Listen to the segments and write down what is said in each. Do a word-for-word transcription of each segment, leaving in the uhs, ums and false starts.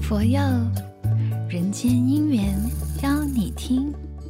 佛佑人间姻缘邀你听。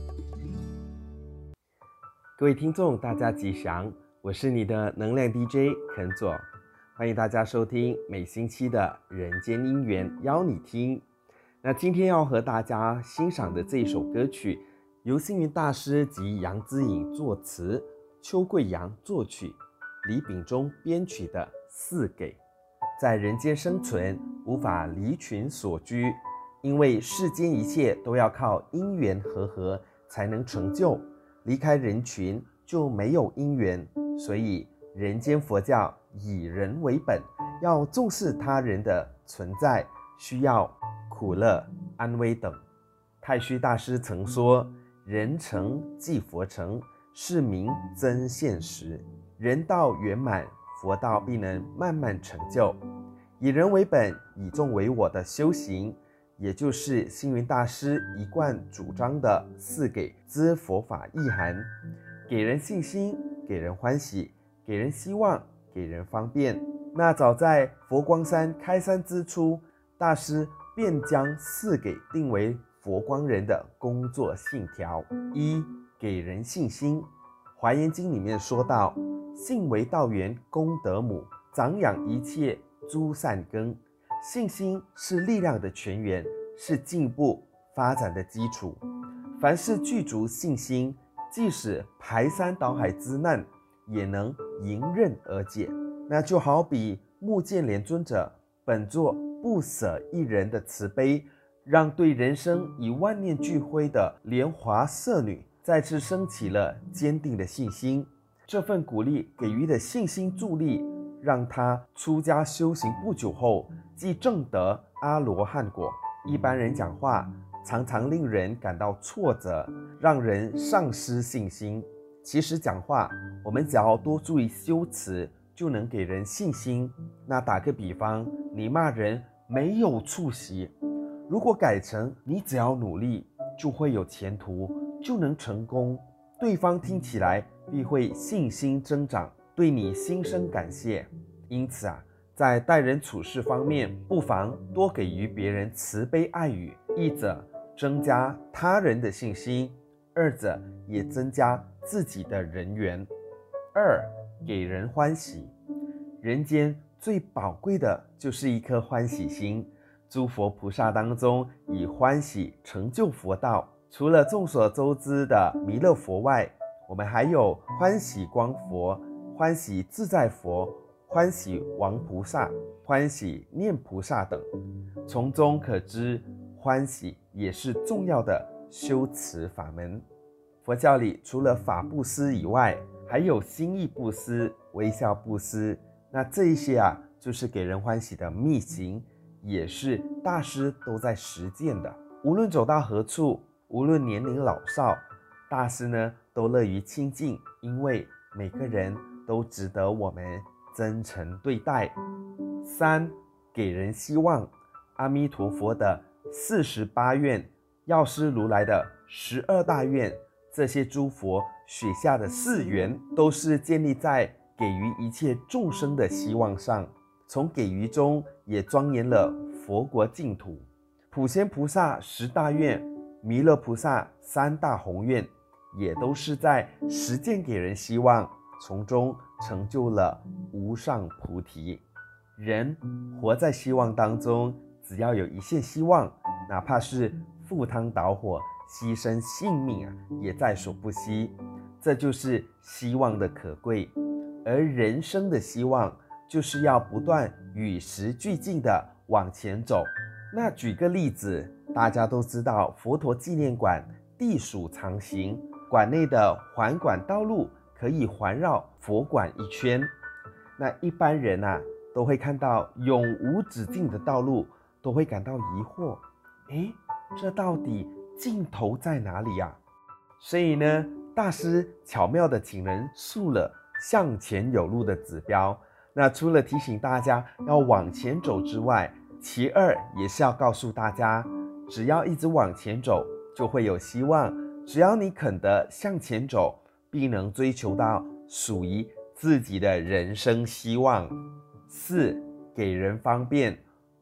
各位听众大家吉祥，我是你的能量 D J 肯佐，欢迎大家收听每星期的人间姻缘邀你听。那今天要和大家欣赏的这一首歌曲，由星云大师及杨姿颖作词，邱贵阳作曲，李秉忠编曲的《四给》。在人间生存，无法离群所居，因为世间一切都要靠因缘和合才能成就，离开人群就没有因缘。所以人间佛教以人为本，要重视他人的存在，需要苦乐安危等。太虚大师曾说，人成即佛成，是名真现实。人道圆满，佛道必能慢慢成就。以人为本，以众为我的修行，也就是星云大师一贯主张的四给之佛法意涵：给人信心，给人欢喜，给人希望，给人方便。那早在佛光山开山之初，大师便将四给定为佛光人的工作信条。一、给人信心。华严经里面说到，信为道源功德母，长养一切诸善根。信心是力量的泉源，是进步发展的基础。凡是具足信心，即使排山倒海之难，也能迎刃而解。那就好比目犍连尊者本作不舍一人的慈悲，让对人生以万念俱灰的莲华舍女再次升起了坚定的信心。这份鼓励给予的信心助力，让他出家修行不久后即证得阿罗汉果。一般人讲话常常令人感到挫折，让人丧失信心。其实讲话我们只要多注意修辞，就能给人信心。那打个比方，你骂人没有出息，如果改成你只要努力就会有前途，就能成功，对方听起来必会信心增长，对你心生感谢。因此啊，在待人处事方面，不妨多给予别人慈悲爱语，一者增加他人的信心，二者也增加自己的人缘。二、给人欢喜。人间最宝贵的就是一颗欢喜心。诸佛菩萨当中，以欢喜成就佛道。除了众所周知的弥勒佛外，我们还有欢喜光佛、欢喜自在佛、欢喜王菩萨、欢喜念菩萨等。从中可知，欢喜也是重要的修持法门。佛教里除了法布施以外，还有心意布施、微笑布施。那这一些啊，就是给人欢喜的秘行，也是大师都在实践的。无论走到何处，无论年龄老少，大师呢都乐于亲近，因为每个人都值得我们真诚对待。三、给人希望。阿弥陀佛的四十八愿，药师如来的十二大愿，这些诸佛许下的誓言，都是建立在给予一切众生的希望上。从给予中也庄严了佛国净土。普贤菩萨十大愿，弥勒菩萨三大宏愿，也都是在实践给人希望，从中成就了无上菩提。人活在希望当中，只要有一线希望，哪怕是赴汤蹈火，牺牲性命啊，也在所不惜。这就是希望的可贵。而人生的希望，就是要不断与时俱进的往前走。那举个例子，大家都知道佛陀纪念馆地属常行，馆内的环馆道路可以环绕佛馆一圈。那一般人啊，都会看到永无止境的道路，都会感到疑惑，诶，这到底尽头在哪里啊？所以呢，大师巧妙地请人竖了向前有路的指标。那除了提醒大家要往前走之外，其二也是要告诉大家，只要一直往前走，就会有希望。只要你肯得向前走，必能追求到属于自己的人生希望。四、给人方便。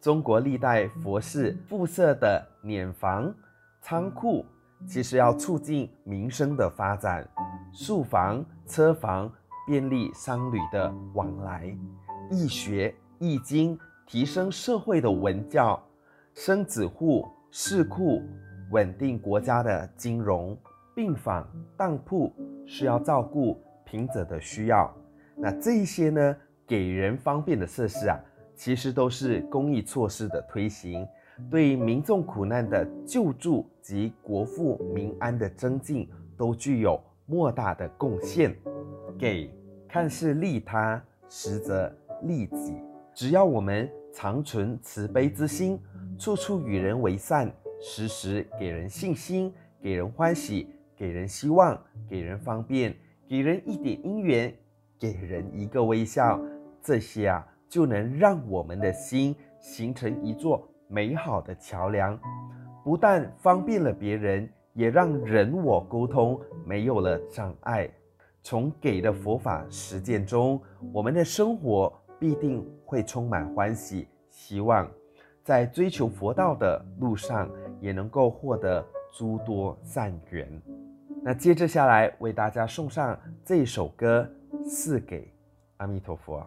中国历代佛寺附设的碾房、仓库，其实要促进民生的发展，树房、车房便利商旅的往来，易学、易经提升社会的文教，生子户、市库稳定国家的金融，病房、当铺是要照顾贫者的需要。那这一些呢，给人方便的设施啊，其实都是公益措施的推行，对民众苦难的救助及国富民安的增进都具有莫大的贡献。给看似利他，实则利己。只要我们常存慈悲之心，处处与人为善，时时给人信心，给人欢喜，给人希望，给人方便，给人一点因缘，给人一个微笑，这些啊，就能让我们的心形成一座美好的桥梁，不但方便了别人，也让人我沟通没有了障碍。从给的佛法实践中，我们的生活必定会充满欢喜、希望，在追求佛道的路上，也能够获得诸多善缘。那接着下来为大家送上这一首歌《赐给阿弥陀佛》。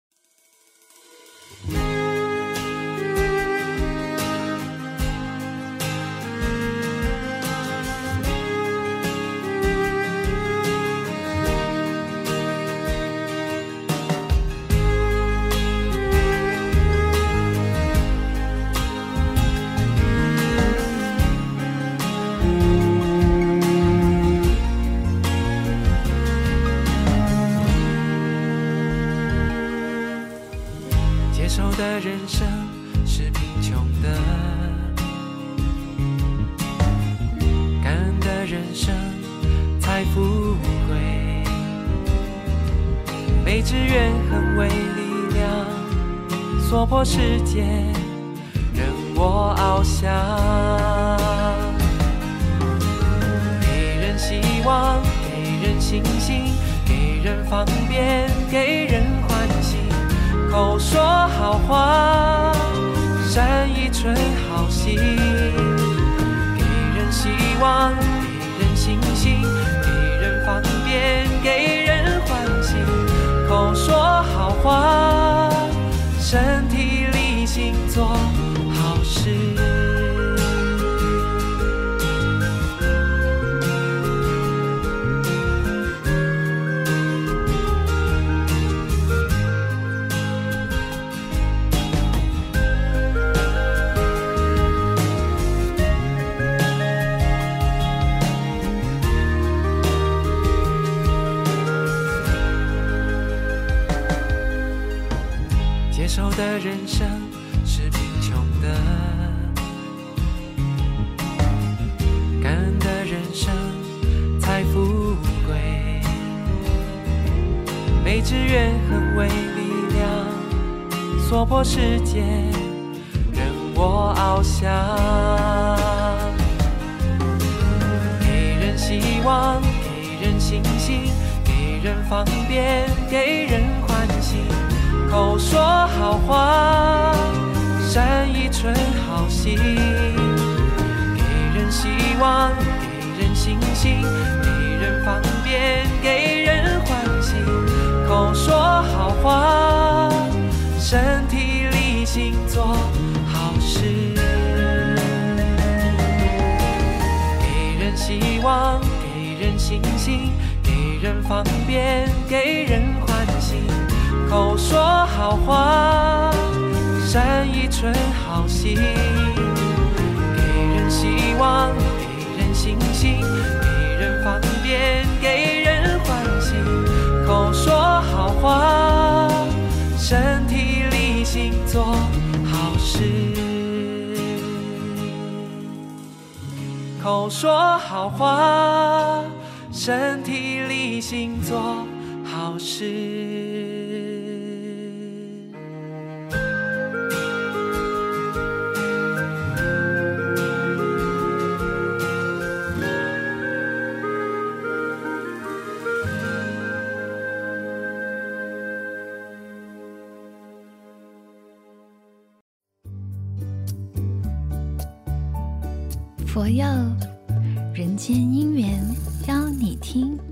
的人生是贫穷的，感恩的人生财富贵，没志愿很为力量，所迫世界任我翱翔，给人希望，给人信心，给人方便，给人欢喜，口说好话，善意存好心，给人希望，给人信心，给人方便，给人欢喜，口说好话，身体力行做好事。接受的人生是贫穷的，感恩的人生财富贵，没志愿很为力量，所迫世界任我翱翔，给人希望，给人信心，给人方便，给人欢喜，口说好话，善意存好心，给人希望，给人信心，给人方便，给人欢喜，口说好话，身体力行做好事，给人希望，给人信心，给人方便，给人欢喜，口说好话，善意存好心，给人希望，给人信心，给人方便，给人欢喜，口说好话，身体力行做好事，口说好话，身体力行做好事。 佛佑人间姻缘邀你听。